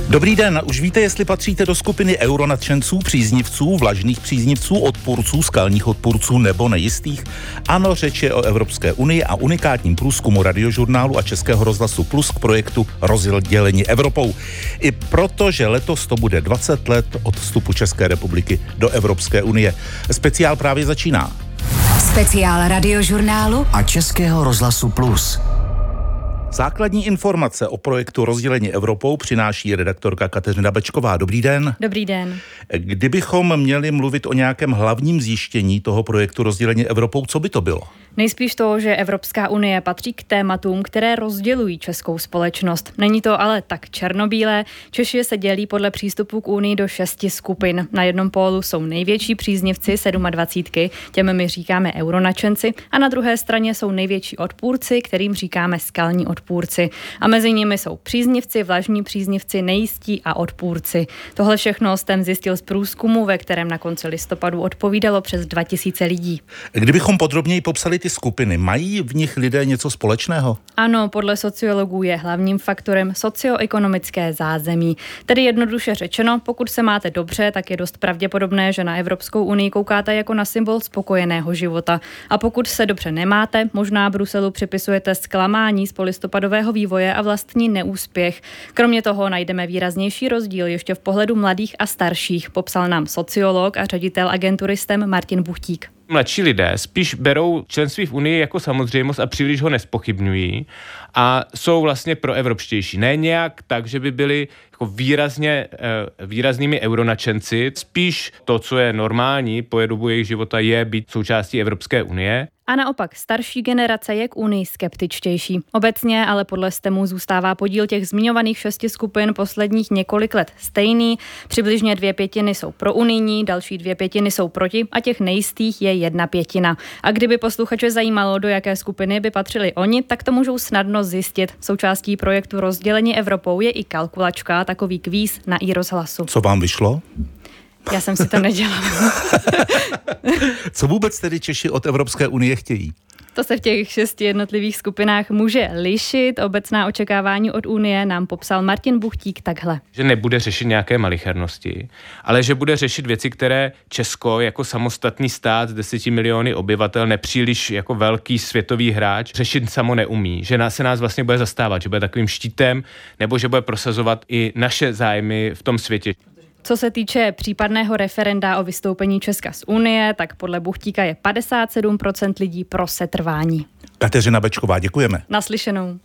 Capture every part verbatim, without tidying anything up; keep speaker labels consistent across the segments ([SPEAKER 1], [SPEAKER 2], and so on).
[SPEAKER 1] Dobrý den, už víte, jestli patříte do skupiny euronadšenců, příznivců, vlažných příznivců, odpůrců, skalních odpůrců nebo nejistých? Ano, řeč je o Evropské unii a unikátním průzkumu Radiožurnálu a Českého rozhlasu Plus k projektu Rozdělení Evropou. I proto, že letos to bude dvacet let od vstupu České republiky do Evropské unie. Speciál právě začíná.
[SPEAKER 2] Speciál Radiožurnálu a Českého rozhlasu Plus.
[SPEAKER 1] Základní informace o projektu Rozdělení Evropou přináší redaktorka Kateřina Bečková. Dobrý den.
[SPEAKER 3] Dobrý den.
[SPEAKER 1] Kdybychom měli mluvit o nějakém hlavním zjištění toho projektu Rozdělení Evropou, co by to bylo?
[SPEAKER 3] Nejspíš to, že Evropská unie patří k tématům, které rozdělují českou společnost. Není to ale tak černobílé. Češi se dělí podle přístupu k unii do šesti skupin. Na jednom pólu jsou největší příznivci sedmadvacítky, těm my říkáme euronadšenci, a na druhé straně jsou největší odpůrci, kterým říkáme skalní odpůrci. A mezi nimi jsou příznivci, vlažní příznivci, nejistí a odpůrci. Tohle všechno jsem zjistil z průzkumu, ve kterém na konci listopadu odpovídalo přes dva tisíce lidí.
[SPEAKER 1] Kdybychom podrobněji popsali ty skupiny, mají v nich lidé něco společného?
[SPEAKER 3] Ano, podle sociologů je hlavním faktorem socioekonomické zázemí. Tedy jednoduše řečeno, pokud se máte dobře, tak je dost pravděpodobné, že na Evropskou unii koukáte jako na symbol spokojeného života. A pokud se dobře nemáte, možná Bruselu připisujete zklamání z polistopadového vývoje a vlastní neúspěch. Kromě toho najdeme výraznější rozdíl ještě v pohledu mladých a starších, popsal nám sociolog a ředitel agentury STEM Martin Buchtík.
[SPEAKER 4] Mladší lidé spíš berou členství v Unii jako samozřejmost a příliš ho nespochybňují a jsou vlastně proevropštější. Ne nějak tak, že by byli jako výrazně, výraznými euronadšenci. Spíš to, co je normální po dobu jejich života, je být součástí Evropské unie.
[SPEAKER 3] A naopak starší generace je k unii skeptičtější. Obecně ale podle STEMu zůstává podíl těch zmiňovaných šesti skupin posledních několik let stejný. Přibližně dvě pětiny jsou pro unijní, další dvě pětiny jsou proti a těch nejistých je jedna pětina. A kdyby posluchače zajímalo, do jaké skupiny by patřili oni, tak to můžou snadno zjistit. Součástí projektu Rozdělení Evropou je i kalkulačka, takový kvíz na iRozhlasu.
[SPEAKER 1] Co vám vyšlo?
[SPEAKER 3] Já jsem si to nedělala.
[SPEAKER 1] Co vůbec tedy Češi od Evropské unie chtějí?
[SPEAKER 3] To se v těch šesti jednotlivých skupinách může lišit. Obecná očekávání od Unie nám popsal Martin Buchtík takhle.
[SPEAKER 4] Že nebude řešit nějaké malichernosti, ale že bude řešit věci, které Česko jako samostatný stát s deseti miliony obyvatel, nepříliš jako velký světový hráč, řešit samo neumí. Že nás se nás vlastně bude zastávat, že bude takovým štítem, nebo že bude prosazovat i naše zájmy v tom světě.
[SPEAKER 3] Co se týče případného referenda o vystoupení Česka z Unie, tak podle Buchtíka je padesát sedm procent lidí pro setrvání.
[SPEAKER 1] Kateřina Bečková, děkujeme.
[SPEAKER 3] Naslyšenou.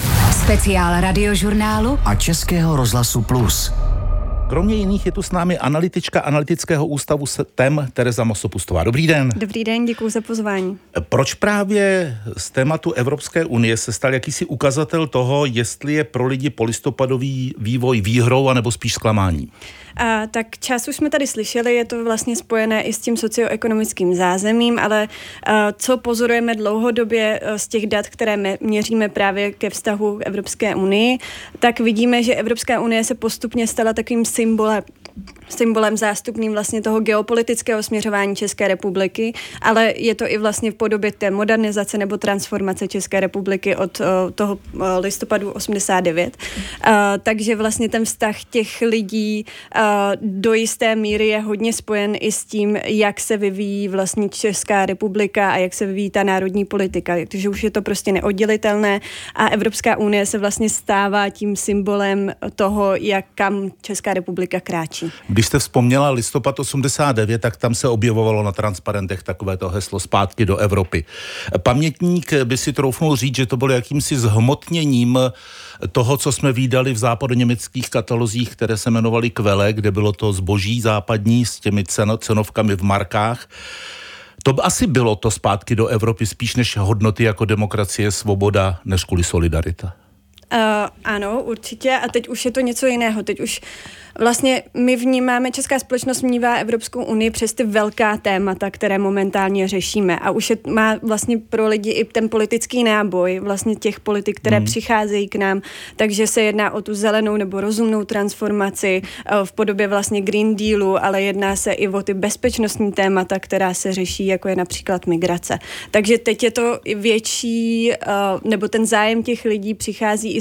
[SPEAKER 2] Speciál Radiožurnálu a Českého rozhlasu Plus.
[SPEAKER 1] Kromě jiných je tu s námi analytička Analytického ústavu STEM Tereza Masopustová. Dobrý den.
[SPEAKER 5] Dobrý den, děkuji za pozvání.
[SPEAKER 1] Proč právě z tématu Evropské unie se stal jakýsi ukazatel toho, jestli je pro lidi polistopadový vývoj výhrou anebo spíš zklamáním?
[SPEAKER 5] A, tak část už jsme tady slyšeli, je to vlastně spojené i s tím socioekonomickým zázemím, ale a, co pozorujeme dlouhodobě a, z těch dat, které me, měříme právě ke vztahu k Evropské unii, tak vidíme, že Evropská unie se postupně stala takovým symbolem symbolem zástupným vlastně toho geopolitického směřování České republiky, ale je to i vlastně v podobě té modernizace nebo transformace České republiky od uh, toho uh, listopadu osmdesát devět. Uh, takže vlastně ten vztah těch lidí uh, do jisté míry je hodně spojen i s tím, jak se vyvíjí vlastně Česká republika a jak se vyvíjí ta národní politika, protože už je to prostě neoddělitelné a Evropská unie se vlastně stává tím symbolem toho, jak kam Česká republika kráčí.
[SPEAKER 1] Když jste vzpomněla listopad osmdesát devět, tak tam se objevovalo na transparentech takovéto heslo zpátky do Evropy. Pamětník by si troufnul říct, že to bylo jakýmsi zhmotněním toho, co jsme vídali v západoněmeckých katalozích, které se jmenovaly Quelle, kde bylo to zboží západní s těmi cenovkami v markách. To by asi bylo to zpátky do Evropy spíš než hodnoty jako demokracie, svoboda, než kvůli solidarita.
[SPEAKER 5] Uh, ano, určitě. A teď už je to něco jiného. Teď už vlastně my vnímáme, česká společnost vnívá Evropskou unii přes ty velká témata, které momentálně řešíme. A už je, má vlastně pro lidi i ten politický náboj, vlastně těch politik, které hmm. přicházejí k nám. Takže se jedná o tu zelenou nebo rozumnou transformaci uh, v podobě vlastně Green Dealu, ale jedná se i o ty bezpečnostní témata, která se řeší, jako je například migrace. Takže teď je to větší, uh, nebo ten zájem těch lidí přichází i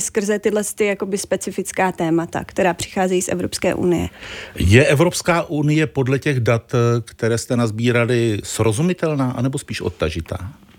[SPEAKER 5] skrze tyhle ty jakoby specifická témata, která přicházejí z Evropské unie.
[SPEAKER 1] Je Evropská unie podle těch dat, které jste nazbírali, srozumitelná anebo spíš odtažitá?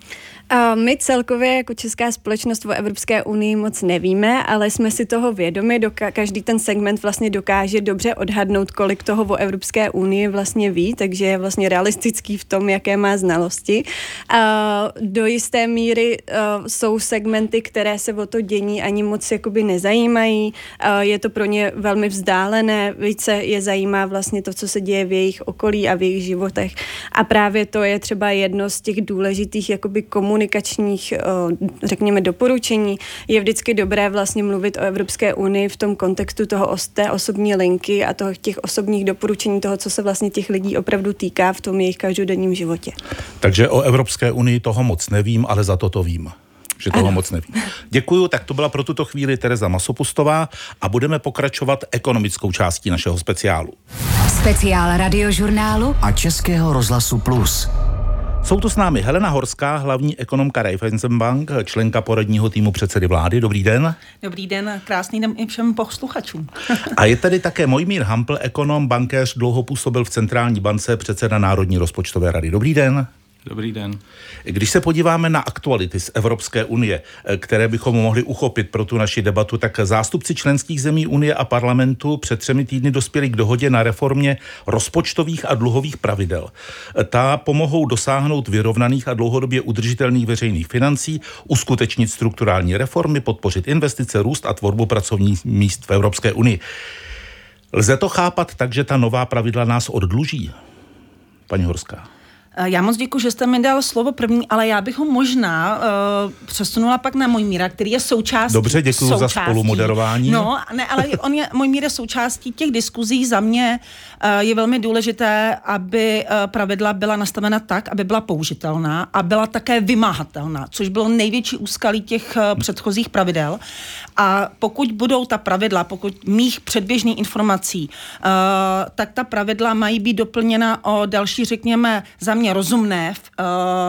[SPEAKER 5] My celkově jako česká společnost o Evropské unii moc nevíme, ale jsme si toho vědomi. Doka- každý ten segment vlastně dokáže dobře odhadnout, kolik toho o Evropské unii vlastně ví, takže je vlastně realistický v tom, jaké má znalosti. A do jisté míry uh, jsou segmenty, které se o to dění ani moc jakoby nezajímají. Uh, je to pro ně velmi vzdálené, více je zajímá vlastně to, co se děje v jejich okolí a v jejich životech. A právě to je třeba jedno z těch důležitých jakoby komunikačních komunikačních, řekněme, doporučení. Je vždycky dobré vlastně mluvit o Evropské unii v tom kontextu toho té osobní linky a toho, těch osobních doporučení toho, co se vlastně těch lidí opravdu týká v tom jejich každodenním životě.
[SPEAKER 1] Takže o Evropské unii toho moc nevím, ale za to to vím. Že toho ano. moc nevím. Děkuju, tak to byla pro tuto chvíli Tereza Masopustová a budeme pokračovat ekonomickou částí našeho speciálu.
[SPEAKER 2] Speciál Radiožurnálu a Českého rozhlasu Plus.
[SPEAKER 1] Jsou tu s námi Helena Horská, hlavní ekonomka Raiffeisenbank, členka poradního týmu předsedy vlády. Dobrý den.
[SPEAKER 6] Dobrý den, krásný den i všem posluchačům.
[SPEAKER 1] A je tady také Mojmír Hampl, ekonom, bankéř, dlouho působil v Centrální bance, předseda Národní rozpočtové rady. Dobrý den.
[SPEAKER 7] Dobrý den.
[SPEAKER 1] Když se podíváme na aktuality z Evropské unie, které bychom mohli uchopit pro tu naši debatu, tak zástupci členských zemí Unie a parlamentu před třemi týdny dospěli k dohodě na reformě rozpočtových a dluhových pravidel. Ta pomohou dosáhnout vyrovnaných a dlouhodobě udržitelných veřejných financí, uskutečnit strukturální reformy, podpořit investice, růst a tvorbu pracovních míst v Evropské unii. Lze to chápat tak, že ta nová pravidla nás oddluží? Paní Horská.
[SPEAKER 6] Já moc děkuji, že jste mi dal slovo první, ale já bych ho možná uh, přesunula pak na Mojmíra, který je součástí.
[SPEAKER 1] Dobře, děkuji součástí. Za spolumoderování.
[SPEAKER 6] No, ne, ale on je, Mojmír je součástí těch diskuzí. Za mě uh, je velmi důležité, aby uh, pravidla byla nastavena tak, aby byla použitelná a byla také vymáhatelná, což bylo největší úskalí těch uh, předchozích pravidel. A pokud budou ta pravidla, pokud mých předběžných informací, uh, tak ta pravidla mají být doplněna o další, řekněme, za mě rozumné uh,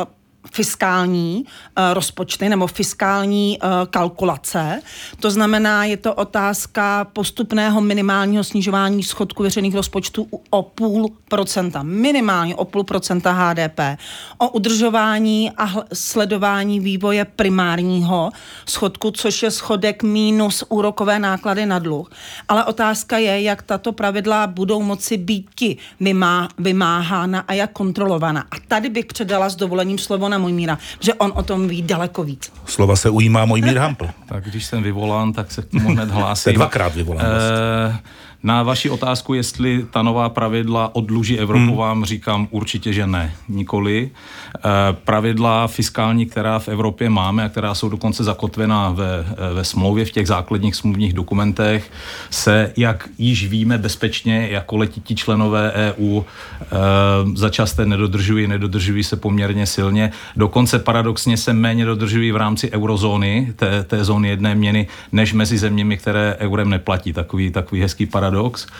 [SPEAKER 6] fiskální uh, rozpočty nebo fiskální uh, kalkulace. To znamená, je to otázka postupného minimálního snižování schodku veřejných rozpočtů o půl procenta. Minimálně o půl procenta H D P. O udržování a hl- sledování vývoje primárního schodku, což je schodek mínus úrokové náklady na dluh. Ale otázka je, jak tato pravidla budou moci být ti vymá- vymáhána a jak kontrolována. A tady bych předala s dovolením slovo na Mojmíra, že on o tom ví daleko víc.
[SPEAKER 1] Slova se ujímá Mojmír Hampl.
[SPEAKER 7] Tak když jsem vyvolán, tak se k tomu hned hlásím.
[SPEAKER 1] Dvakrát vyvolán.
[SPEAKER 7] E, na vaši otázku, jestli ta nová pravidla oddluží Evropu, hmm. vám říkám určitě, že ne. Nikoli. E, pravidla fiskální, která v Evropě máme a která jsou dokonce zakotvená ve, ve smlouvě, v těch základních smluvních dokumentech, se, jak již víme bezpečně, jako letití členové E U, e, začasté nedodržují, nedodržují se poměrně silně. Dokonce paradoxně se méně dodržují v rámci eurozóny, té, té zóny jedné měny, než mezi zeměmi, které eurem neplatí. Takový, takový hezký paradox.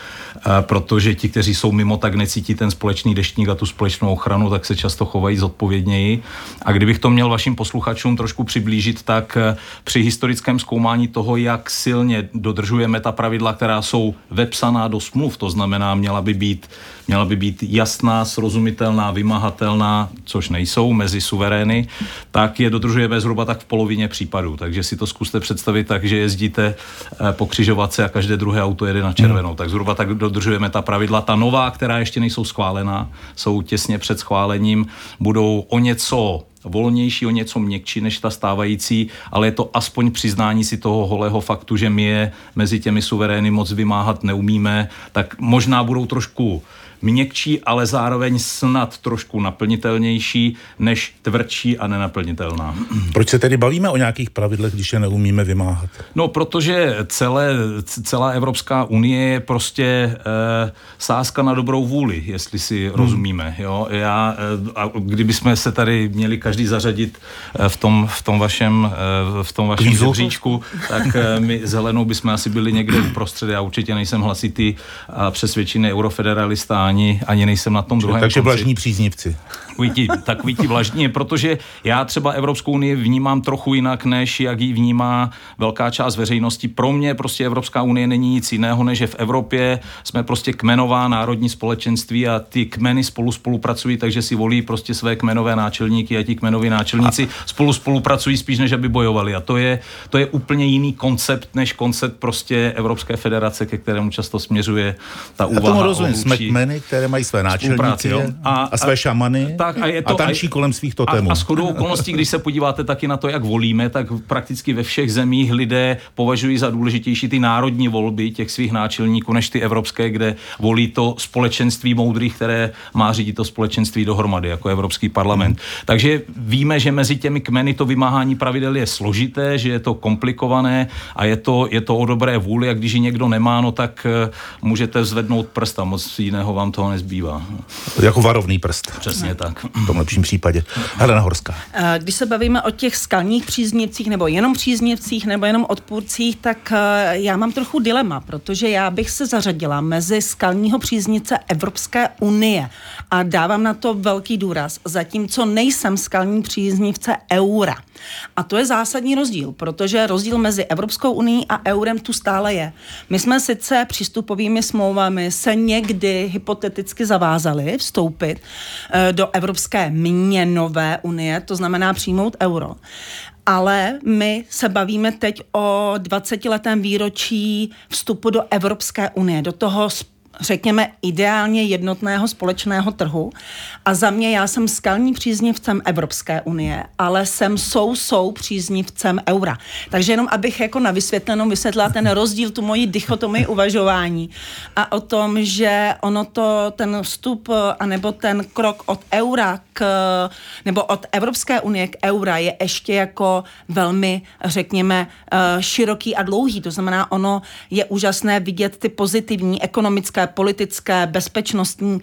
[SPEAKER 7] Protože ti, kteří jsou mimo, tak necítí ten společný deštník a tu společnou ochranu, tak se často chovají zodpovědněji. A kdybych to měl vašim posluchačům trošku přiblížit, tak při historickém zkoumání toho, jak silně dodržujeme ta pravidla, která jsou vepsaná do smluv, to znamená, měla by být, měla by být jasná, srozumitelná, vymahatelná, což nejsou mezi suverény, tak je dodržujeme zhruba tak v polovině případů. Takže si to zkuste představit tak, že jezdíte po křižovatce a každé druhé auto jede na červenou. Hmm. Tak zhruba tak dodržujeme ta pravidla. Ta nová, která ještě nejsou schválená, jsou těsně před schválením, budou o něco volnější, o něco měkčí než ta stávající, ale je to aspoň přiznání si toho holého faktu, že my je mezi těmi suverény moc vymáhat neumíme, tak možná budou trošku měkčí, ale zároveň snad trošku naplnitelnější, než tvrdší a nenaplnitelná.
[SPEAKER 1] Proč se tedy bavíme o nějakých pravidlech, když je neumíme vymáhat?
[SPEAKER 7] No, protože celé, celá Evropská unie je prostě e, sázka na dobrou vůli, jestli si hmm. rozumíme. Jo? Já, e, a kdybychom se tady měli každý zařadit e, v tom, v tom vašem, e, v tom vašem žebříčku, tak e, my s Helenou bychom asi byli někde uprostřed. Já určitě nejsem hlasitý a přesvědčený eurofederalista, Ani, ani nejsem na tom druhém
[SPEAKER 1] Takže
[SPEAKER 7] konci.
[SPEAKER 1] vlažní příznivci.
[SPEAKER 7] Takový ti, takový ti vlažní, protože já třeba Evropskou unii vnímám trochu jinak, než jak ji vnímá velká část veřejnosti. Pro mě prostě Evropská unie není nic jiného, než že v Evropě jsme prostě kmenová národní společenství a ty kmeny spolu spolupracují, takže si volí prostě své kmenové náčelníky a ti kmenoví náčelníci a... spolu spolupracují spíš, než aby bojovali. A to je, to je úplně jiný koncept, než koncept prostě Evropské federace, ke kterému často směřuje ta úvaha.
[SPEAKER 1] Já tomu rozumím, jsme kmeny, které mají své náčelníky a, a své šamany tak, a, je to, a tančí a, kolem svých totémů.
[SPEAKER 7] A, a shodou okolností, když se podíváte taky na to, jak volíme, tak prakticky ve všech zemích lidé považují za důležitější ty národní volby těch svých náčelníků, než ty evropské, kde volí to společenství moudrých, které má řídit to společenství dohromady, jako Evropský parlament. Hmm. Takže víme, že mezi těmi kmeny to vymáhání pravidel je složité, že je to komplikované a je to, je to o dobré vůli a když ji někdo nemá, no tak můžete zvednout prst a moc jiného vám toho nezbývá.
[SPEAKER 1] Jako varovný prst.
[SPEAKER 7] Přesně tak.
[SPEAKER 1] V tom lepším případě. Helena Horská.
[SPEAKER 6] Když se bavíme o těch skalních příznivcích, nebo jenom příznivcích, nebo jenom odpůrcích, tak já mám trochu dilema, protože já bych se zařadila mezi skalního příznivce Evropské unie a dávám na to velký důraz, zatímco nejsem skalní příznivce eura. A to je zásadní rozdíl, protože rozdíl mezi Evropskou unií a eurem tu stále je. My jsme sice přístupovými smlouvami se někdy hypoteticky zavázali vstoupit do Evropské měnové unie, to znamená přijmout euro. Ale my se bavíme teď o dvacetiletém výročí vstupu do Evropské unie, do toho řekněme ideálně jednotného společného trhu. A za mě já jsem skalní příznivcem Evropské unie, ale jsem sou-sou příznivcem eura. Takže jenom abych jako na vysvětlenou vysvětlila ten rozdíl, tu moji dichotomii uvažování a o tom, že ono to, ten vstup anebo ten krok od eura k, nebo od Evropské unie k eura je ještě jako velmi, řekněme, široký a dlouhý. To znamená, ono je úžasné vidět ty pozitivní ekonomické, politické, bezpečnostní uh,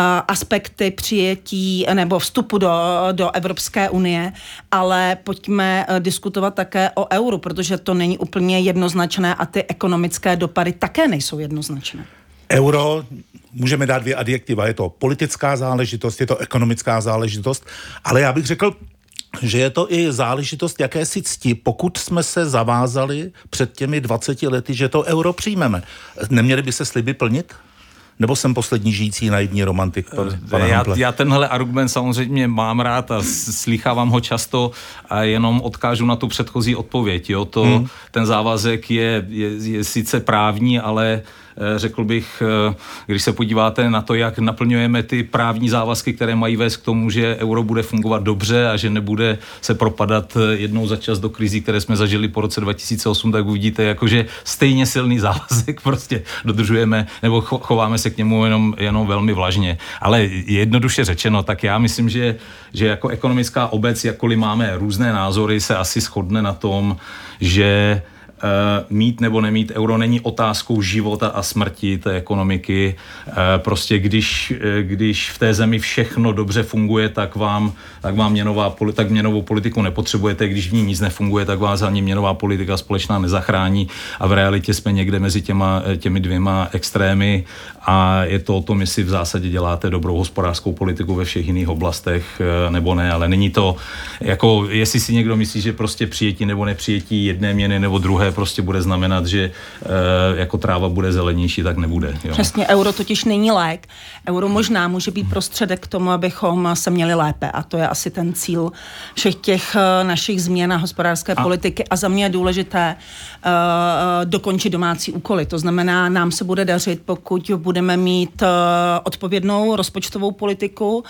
[SPEAKER 6] aspekty přijetí nebo vstupu do, do Evropské unie, ale pojďme uh, diskutovat také o euru, protože to není úplně jednoznačné a ty ekonomické dopady také nejsou jednoznačné.
[SPEAKER 1] Euro, můžeme dát dvě adjektiva, je to politická záležitost, je to ekonomická záležitost, ale já bych řekl, že je to i záležitost jakési cti, pokud jsme se zavázali před těmi dvaceti lety, že to euro přijmeme. Neměly by se sliby plnit? Nebo jsem poslední žijící naivní romantik?
[SPEAKER 7] Já, já tenhle argument samozřejmě mám rád a slýchávám ho často a jenom odkážu na tu předchozí odpověď. Jo? To, hmm. Ten závazek je, je, je sice právní, ale řekl bych, když se podíváte na to, jak naplňujeme ty právní závazky, které mají vést k tomu, že euro bude fungovat dobře a že nebude se propadat jednou za čas do krizí, které jsme zažili po roce dva tisíce osm, tak uvidíte, jakože stejně silný závazek prostě dodržujeme nebo chováme se k němu jenom, jenom velmi vlažně. Ale jednoduše řečeno, tak já myslím, že, že jako ekonomická obec, jakkoliv máme různé názory, se asi shodne na tom, že mít nebo nemít euro není otázkou života a smrti té ekonomiky. Prostě když, když v té zemi všechno dobře funguje, tak vám, tak vám měnová, tak měnovou politiku nepotřebujete. Když v ní nic nefunguje, tak vás ani měnová politika společná nezachrání. A v realitě jsme někde mezi těma, těmi dvěma extrémy a je to o tom, jestli v zásadě děláte dobrou hospodářskou politiku ve všech jiných oblastech nebo ne, ale není to jako, jestli si někdo myslí, že prostě přijetí nebo nepřijetí jedné měny nebo druhé prostě bude znamenat, že e, jako tráva bude zelenější, tak nebude. Jo.
[SPEAKER 6] Přesně, euro totiž není lék. Euro možná může být prostředek k tomu, abychom se měli lépe a to je asi ten cíl všech těch našich změn a hospodářské a. politiky a za mě je důležité uh, dokončit domácí úkoly. To znamená, nám se bude dařit, pokud budeme mít uh, odpovědnou rozpočtovou politiku, uh,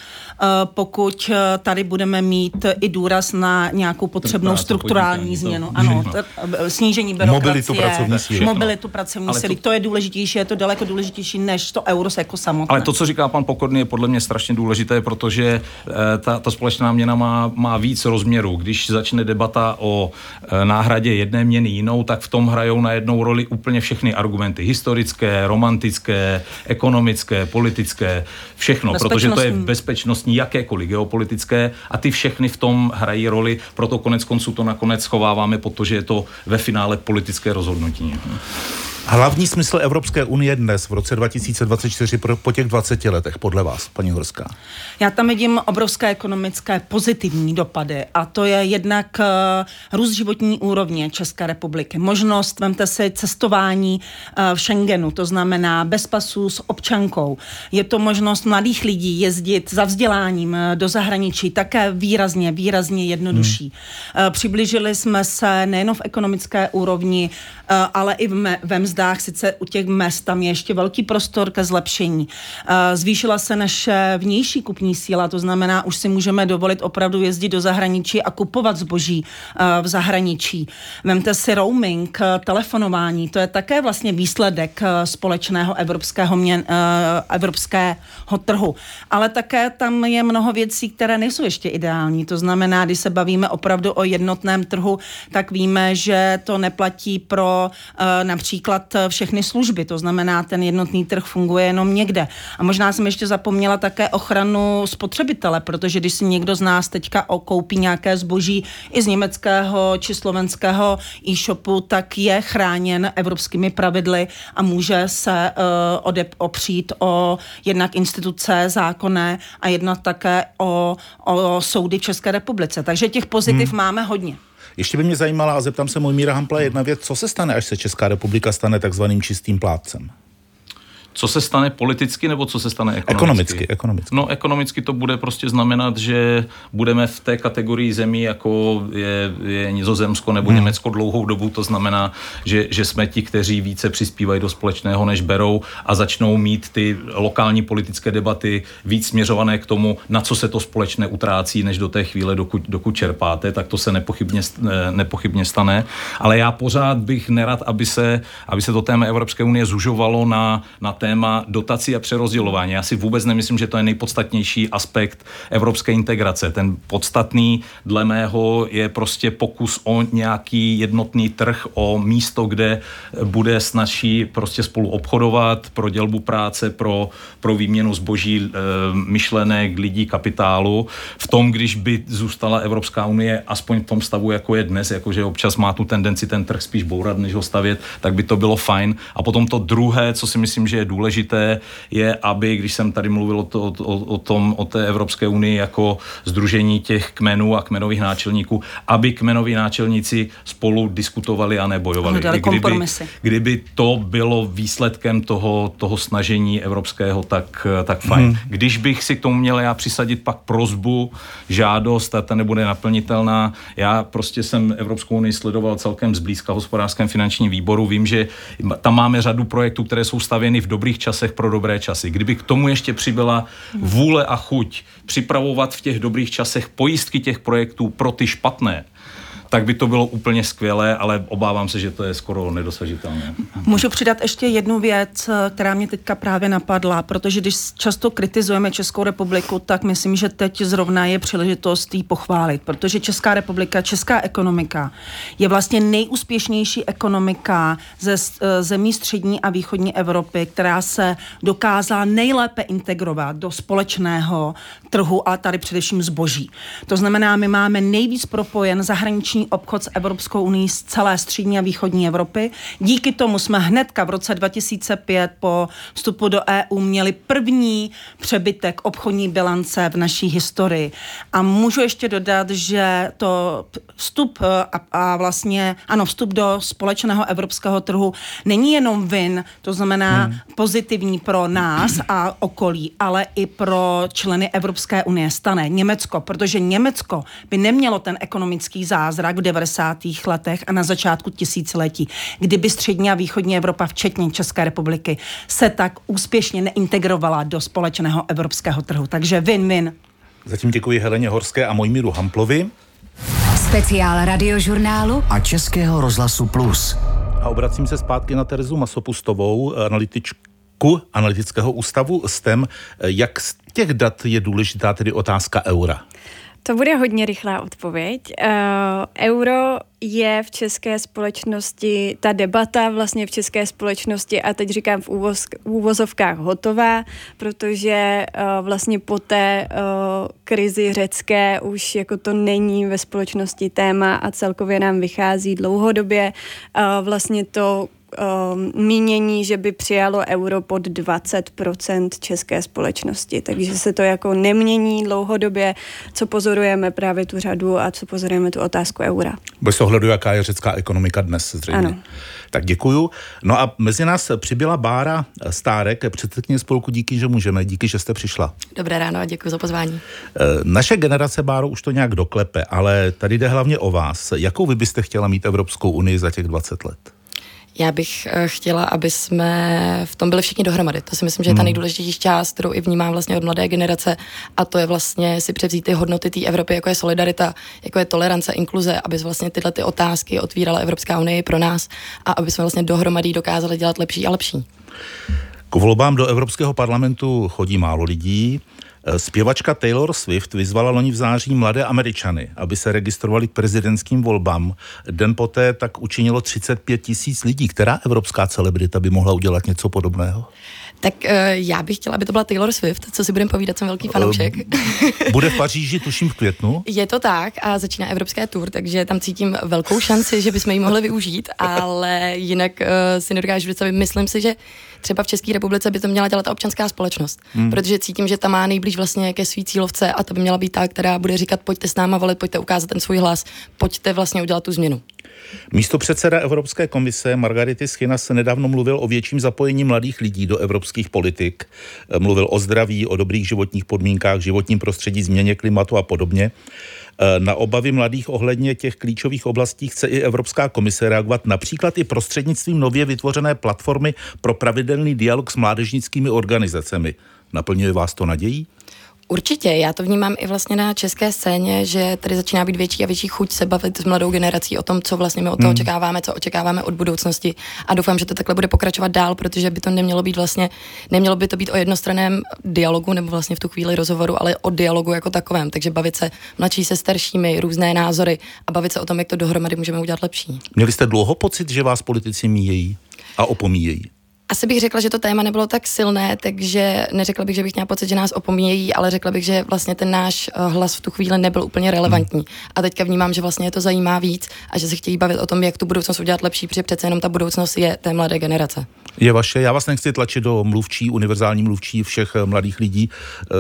[SPEAKER 6] pokud tady budeme mít i důraz na nějakou potřebnou strukturální změnu. Ano, t- snížení byrokracie,
[SPEAKER 1] mobilitu pracovní síly.
[SPEAKER 6] Mobilitu pracovní síly. To, to je důležitější, je to daleko důležitější než to euro jako samotné.
[SPEAKER 7] Ale to, co říká pan Pokorný, je podle mě strašně důležité, protože e, ta, ta společná měna má, má víc rozměrů. Když začne debata o e, náhradě jedné měny jinou, tak v tom hrajou na jednou roli úplně všechny argumenty. Historické, romantické, ekonomické, politické, všechno. Protože to je bezpečnostní, jakékoliv geopolitické a ty všechny v tom hrají roli. Proto konec konců to nakonec schováváme, protože je to ve finále politické rozhodnutí.
[SPEAKER 1] Hlavní smysl Evropské unie dnes, v roce dva tisíce dvacet čtyři, po těch dvaceti letech, podle vás, paní Horská?
[SPEAKER 6] Já tam vidím obrovské ekonomické pozitivní dopady a to je jednak růst životní úrovně České republiky. Možnost, vemte si, cestování v Schengenu, to znamená bez pasů s občankou. Je to možnost mladých lidí jezdit za vzděláním do zahraničí, také výrazně, výrazně jednodušší. Hmm. Přiblížili jsme se nejen v ekonomické úrovni, ale i ve mzdách. Sice u těch mezd tam je ještě velký prostor ke zlepšení. Zvýšila se naše vnější kupní síla, to znamená, už si můžeme dovolit opravdu jezdit do zahraničí a kupovat zboží v zahraničí. Vemte si roaming, telefonování, to je také vlastně výsledek společného evropského, měn, evropského trhu. Ale také tam je mnoho věcí, které nejsou ještě ideální. To znamená, když se bavíme opravdu o jednotném trhu, tak víme, že to neplatí pro například všechny služby, to znamená, ten jednotný trh funguje jenom někde. A možná jsem ještě zapomněla také ochranu spotřebitele, protože když si někdo z nás teďka koupí nějaké zboží i z německého či slovenského e-shopu, tak je chráněn evropskými pravidly a může se uh, odep- opřít o jednak instituce zákonné a jednak také o, o soudy v České republice. Takže těch pozitiv hmm. máme hodně.
[SPEAKER 1] Ještě by mě zajímala, a zeptám se Mojmíra Hampla, jedna věc, co se stane, až se Česká republika stane takzvaným čistým plátcem?
[SPEAKER 7] Co se stane politicky, nebo co se stane ekonomicky?
[SPEAKER 1] Ekonomicky, ekonomicky.
[SPEAKER 7] No, ekonomicky to bude prostě znamenat, že budeme v té kategorii zemí, jako je, je Nizozemsko nebo hmm. Německo dlouhou dobu, to znamená, že, že jsme ti, kteří více přispívají do společného, než berou a začnou mít ty lokální politické debaty víc směřované k tomu, na co se to společné utrácí, než do té chvíle, dokud, dokud čerpáte, tak to se nepochybně, nepochybně stane. Ale já pořád bych nerad, aby se, aby se to téma Evropské unie zužovalo na, na té téma dotací a přerozdělování. Já si vůbec nemyslím, že to je nejpodstatnější aspekt evropské integrace. Ten podstatný, dle mého, je prostě pokus o nějaký jednotný trh, o místo, kde bude snazší prostě spolu obchodovat pro dělbu práce, pro, pro výměnu zboží, myšlenek, lidí, kapitálu. V tom, když by zůstala Evropská unie aspoň v tom stavu, jako je dnes, jakože občas má tu tendenci ten trh spíš bourat, než ho stavět, tak by to bylo fajn. A potom to druhé, co si myslím, že je důležité, je, aby, když jsem tady mluvil o, to, o, o tom, o té Evropské unii jako sdružení těch kmenů a kmenových náčelníků, aby kmenoví náčelníci spolu diskutovali a nebojovali. Kdyby, kdyby to bylo výsledkem toho, toho snažení evropského, tak, tak fajn. Hmm. Když bych si k tomu měl já přisadit pak prosbu, žádost, a ta nebude naplnitelná, já prostě jsem Evropskou unii sledoval celkem zblízka v hospodářském finančním výboru, vím, že tam máme řadu projektů, které jsou stavěny v dobrých časech pro dobré časy. Kdyby k tomu ještě přibyla vůle a chuť připravovat v těch dobrých časech pojistky těch projektů pro ty špatné, tak by to bylo úplně skvělé, ale obávám se, že to je skoro nedosažitelné.
[SPEAKER 6] Můžu přidat ještě jednu věc, která mě teďka právě napadla, protože když často kritizujeme Českou republiku, tak myslím, že teď zrovna je příležitost jí pochválit, protože Česká republika, česká ekonomika je vlastně nejúspěšnější ekonomika ze zemí střední a východní Evropy, která se dokázala nejlépe integrovat do společného trhu, ale tady především zboží. To znamená, my máme nejvíc propojen zahraniční obchod s Evropskou unií z celé střední a východní Evropy. Díky tomu jsme hnedka v roce dva tisíce pět po vstupu do E U měli první přebytek obchodní bilance v naší historii. A můžu ještě dodat, že to vstup a, a vlastně, ano, vstup do společného evropského trhu není jenom win, to znamená hmm. pozitivní pro nás a okolí, ale i pro členy Evropské unie stane Německo, protože Německo by nemělo ten ekonomický zázrak v devadesátých letech a na začátku tisíciletí, kdyby střední a východní Evropa, včetně České republiky, se tak úspěšně neintegrovala do společného evropského trhu. Takže win-win.
[SPEAKER 1] Zatím děkuji Heleně Horské a Mojmíru Hamplovi.
[SPEAKER 2] Speciál Radiožurnálu a Českého rozhlasu Plus.
[SPEAKER 1] A obracím se zpátky na Terezu Masopustovou, analytičku Analytického ústavu S T E M. Jak z těch dat je důležitá tedy otázka eura?
[SPEAKER 5] To bude hodně rychlá odpověď. Uh, euro je v české společnosti, ta debata vlastně v české společnosti, a teď říkám v úvoz, úvozovkách hotová, protože uh, vlastně po té uh, krizi řecké už jako to není ve společnosti téma a celkově nám vychází dlouhodobě. Uh, vlastně to um, mínění, že by přijalo euro pod dvacet procent české společnosti. Takže se to jako nemění dlouhodobě, co pozorujeme právě tu řadu a co pozorujeme tu otázku eura.
[SPEAKER 1] Bez ohledu, jaká je řecká ekonomika dnes zřejmě.
[SPEAKER 5] Ano.
[SPEAKER 1] Tak děkuju. No a mezi nás přibyla Bára Stárek, předsedkyně spolku Díky, že můžeme. Díky, že jste přišla.
[SPEAKER 8] Dobré ráno a děkuji za pozvání.
[SPEAKER 1] Naše generace, Báro, už to nějak doklepe, ale tady jde hlavně o vás. Jakou vy byste chtěla mít Evropskou unii za těch dvacet let?
[SPEAKER 8] Já bych chtěla, aby jsme v tom byli všichni dohromady. To si myslím, že je ta nejdůležitější část, kterou i vnímám vlastně od mladé generace, a to je vlastně si převzít ty hodnoty té Evropy, jako je solidarita, jako je tolerance, inkluze, aby vlastně tyhle ty otázky otvírala Evropská unie pro nás a aby jsme vlastně dohromady dokázali dělat lepší a lepší.
[SPEAKER 1] K volbám do Evropského parlamentu chodí málo lidí. Zpěvačka Taylor Swift vyzvala loni v září mladé Američany, aby se registrovali k prezidentským volbám. Den poté tak učinilo třicet pět tisíc lidí. Která evropská celebrita by mohla udělat něco podobného?
[SPEAKER 8] Tak uh, já bych chtěla, aby to byla Taylor Swift, co si budeme povídat, jsem velký fanoušek.
[SPEAKER 1] Bude v Paříži, tuším v květnu?
[SPEAKER 8] Je to tak a začíná evropské tour, takže tam cítím velkou šanci, že bychom ji mohli využít, ale jinak uh, si nedokážu představit. Myslím si, že třeba v České republice by to měla dělat ta občanská společnost, hmm. protože cítím, že ta má nejblíž vlastně ke svý cílovce a to by měla být ta, která bude říkat, pojďte s náma volit, pojďte ukázat ten svůj hlas, pojďte vlastně udělat tu změnu.
[SPEAKER 1] Místopředseda Evropské komise Margaritis Schinas se nedávno mluvil o větším zapojení mladých lidí do evropských politik. Mluvil o zdraví, o dobrých životních podmínkách, životním prostředí, změně klimatu a podobně. Na obavy mladých ohledně těch klíčových oblastí chce i Evropská komise reagovat například i prostřednictvím nově vytvořené platformy pro pravidelný dialog s mládežnickými organizacemi. Naplňuje vás to nadějí?
[SPEAKER 8] Určitě, já to vnímám i vlastně na české scéně, že tady začíná být větší a větší chuť se bavit s mladou generací o tom, co vlastně my od toho hmm. očekáváme, co očekáváme od budoucnosti, a doufám, že to takhle bude pokračovat dál, protože by to nemělo být vlastně, nemělo by to být o jednostranném dialogu nebo vlastně v tu chvíli rozhovoru, ale o dialogu jako takovém, takže bavit se mladší se staršími, různé názory a bavit se o tom, jak to dohromady můžeme udělat lepší.
[SPEAKER 1] Měli jste dlouho pocit, že vás politici míjejí a opomíjejí?
[SPEAKER 8] Asi bych řekla, že to téma nebylo tak silné, takže neřekla bych, že bych měla pocit, že nás opomíjejí, ale řekla bych, že vlastně ten náš hlas v tu chvíli nebyl úplně relevantní. A teďka vnímám, že vlastně je to zajímá víc a že se chtějí bavit o tom, jak tu budoucnost udělat lepší, protože přece jenom ta budoucnost je té mladé generace.
[SPEAKER 1] Je vaše, já vás nechci tlačit do mluvčí, univerzální mluvčí všech mladých lidí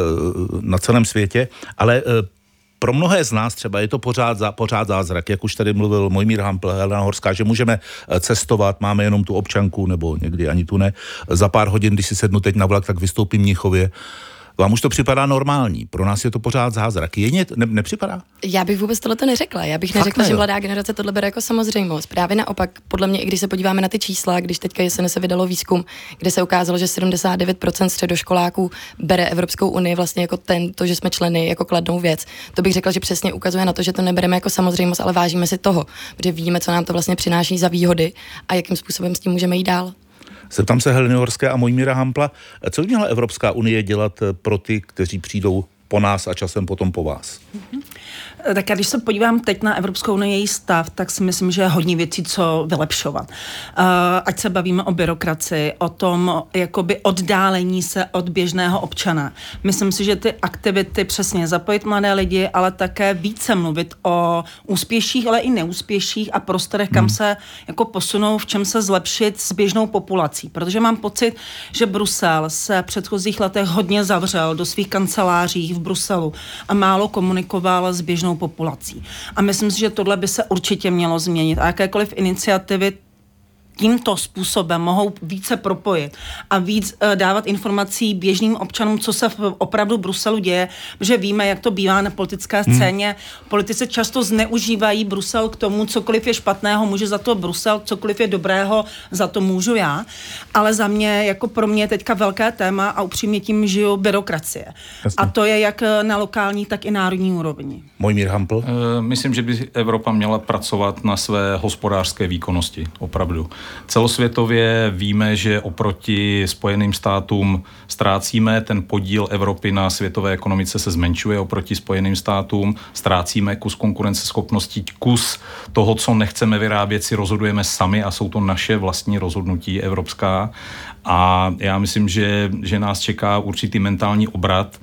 [SPEAKER 1] na celém světě, ale pro mnohé z nás třeba je to pořád, za, pořád zázrak, jak už tady mluvil Mojmír Hampl, Helena Horská, že můžeme cestovat, máme jenom tu občanku, nebo někdy ani tu ne. Za pár hodin, když si sednu teď na vlak, tak vystoupím v Mnichově. Vám už to připadá normální, pro nás je to pořád zázrak. Je ně, ne, nepřipadá?
[SPEAKER 8] Já bych vůbec tohle neřekla. Já bych neřekla, ne, že mladá generace tohle bere jako samozřejmost. Právě naopak, podle mě, i když se podíváme na ty čísla, když teďka se se vydalo výzkum, kde se ukázalo, že sedmdesát devět procent středoškoláků bere Evropskou unii vlastně jako ten, to, že jsme členy, jako kladnou věc. To bych řekla, že přesně ukazuje na to, že to nebereme jako samozřejmost, ale vážíme si toho, protože víme, co nám to vlastně přináší za výhody a jakým způsobem s tím můžeme jít dál.
[SPEAKER 1] Zeptám se Heleny Horské a Mojmíra Hampla, co by měla Evropská unie dělat pro ty, kteří přijdou po nás a časem potom po vás?
[SPEAKER 6] Mm-hmm. Tak já když se podívám teď na Evropskou unii, její stav, tak si myslím, že je hodně věcí, co vylepšovat. Uh, ať se bavíme o byrokracii, o tom jakoby oddálení se od běžného občana. Myslím si, že ty aktivity přesně zapojit mladé lidi, ale také více mluvit o úspěších, ale i neúspěších a prostorech, kam hmm. se jako posunou, v čem se zlepšit s běžnou populací. Protože mám pocit, že Brusel se v předchozích letech hodně zavřel do svých kanceláří v Bruselu a málo komunikoval s běžnou populací. A myslím si, že tohle by se určitě mělo změnit. A jakékoliv iniciativy tímto způsobem mohou více propojit a víc uh, dávat informací běžným občanům, co se v opravdu Bruselu děje, protože víme, jak to bývá na politické scéně. Hmm. Politici často zneužívají Brusel k tomu, cokoliv je špatného, může za to Brusel, cokoliv je dobrého, za to můžu já. Ale za mě, jako pro mě je teďka velké téma a upřímně tím žiju byrokracie. Jasně. A to je jak na lokální, tak i národní úrovni.
[SPEAKER 1] Mojmír Hampl?
[SPEAKER 7] E, myslím, že by Evropa měla pracovat na své hospodářské výkonnosti, opravdu. Celosvětově víme, že oproti Spojeným státům ztrácíme, ten podíl Evropy na světové ekonomice se zmenšuje oproti Spojeným státům, ztrácíme kus konkurenceschopnosti, kus toho, co nechceme vyrábět, si rozhodujeme sami a jsou to naše vlastní rozhodnutí evropská. A já myslím, že, že nás čeká určitý mentální obrat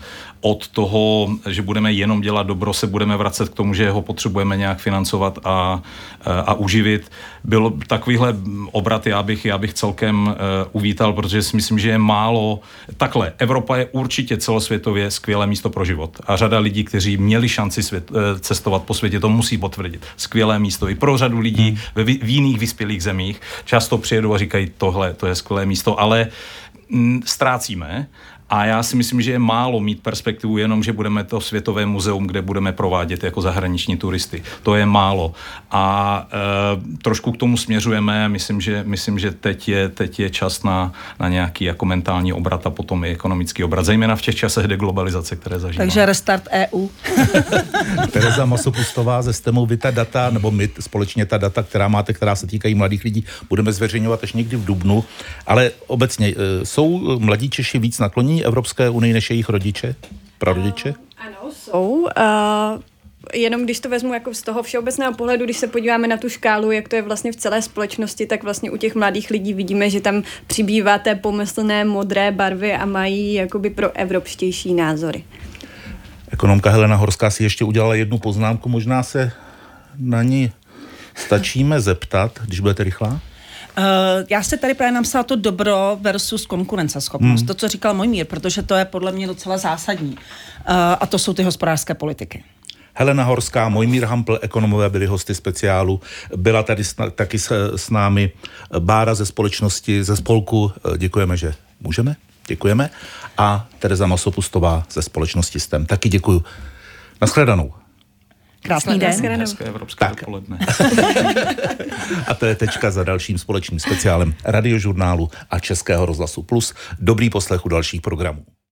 [SPEAKER 7] od toho, že budeme jenom dělat dobro, se budeme vracet k tomu, že ho potřebujeme nějak financovat a, a uživit. Byl takovýhle obrat, já bych, já bych celkem uh, uvítal, protože si myslím, že je málo. Takhle, Evropa je určitě celosvětově skvělé místo pro život. A řada lidí, kteří měli šanci svět, uh, cestovat po světě, to musí potvrdit. Skvělé místo. I pro řadu lidí hmm. ve, v jiných vyspělých zemích často přijedou a říkají, tohle, to je skvělé místo, ale m, ztrácíme. A já si myslím, že je málo mít perspektivu jenom, že budeme to světové muzeum, kde budeme provádět jako zahraniční turisty. To je málo. A e, trošku k tomu směřujeme. Myslím, že, myslím, že teď, je, teď je čas na, na nějaký jako mentální obrat a potom i ekonomický obrat. Zejména v těch časech deglobalizace, které zažíváme.
[SPEAKER 6] Takže restart E U.
[SPEAKER 1] Tereza Masopustová ze STEMu, vy ta data, nebo my společně ta data, která máte, která se týkají mladých lidí, budeme zveřejňovat až někdy v dubnu. Ale obecně, e, jsou mladí Češi víc naklonění Evropské unii než jejich rodiče, prarodiče?
[SPEAKER 5] Ano, jsou. Uh, jenom když to vezmu jako z toho všeobecného pohledu, když se podíváme na tu škálu, jak to je vlastně v celé společnosti, tak vlastně u těch mladých lidí vidíme, že tam přibývá té pomyslné modré barvy a mají jakoby pro evropštější názory.
[SPEAKER 1] Ekonomka Helena Horská si ještě udělala jednu poznámku, možná se na ní stačíme zeptat, když budete rychlá?
[SPEAKER 6] Uh, já se tady právě napsala to dobro versus konkurenceschopnost, hmm. to, co říkal Mojmír, protože to je podle mě docela zásadní. Uh, a to jsou ty hospodářské politiky.
[SPEAKER 1] Helena Horská, Mojmír Hampl, ekonomové byli hosty speciálu. Byla tady s, taky s, s námi Bára ze společnosti, ze spolku. Děkujeme, že můžeme. Děkujeme. A Tereza Masopustová ze společnosti STEM. Taky děkuju. Naschledanou.
[SPEAKER 6] Krásný den.
[SPEAKER 7] Hezké evropské dopoledne.
[SPEAKER 1] A to je tečka za dalším společným speciálem Radiožurnálu a Českého rozhlasu Plus. Dobrý poslech u dalších programů.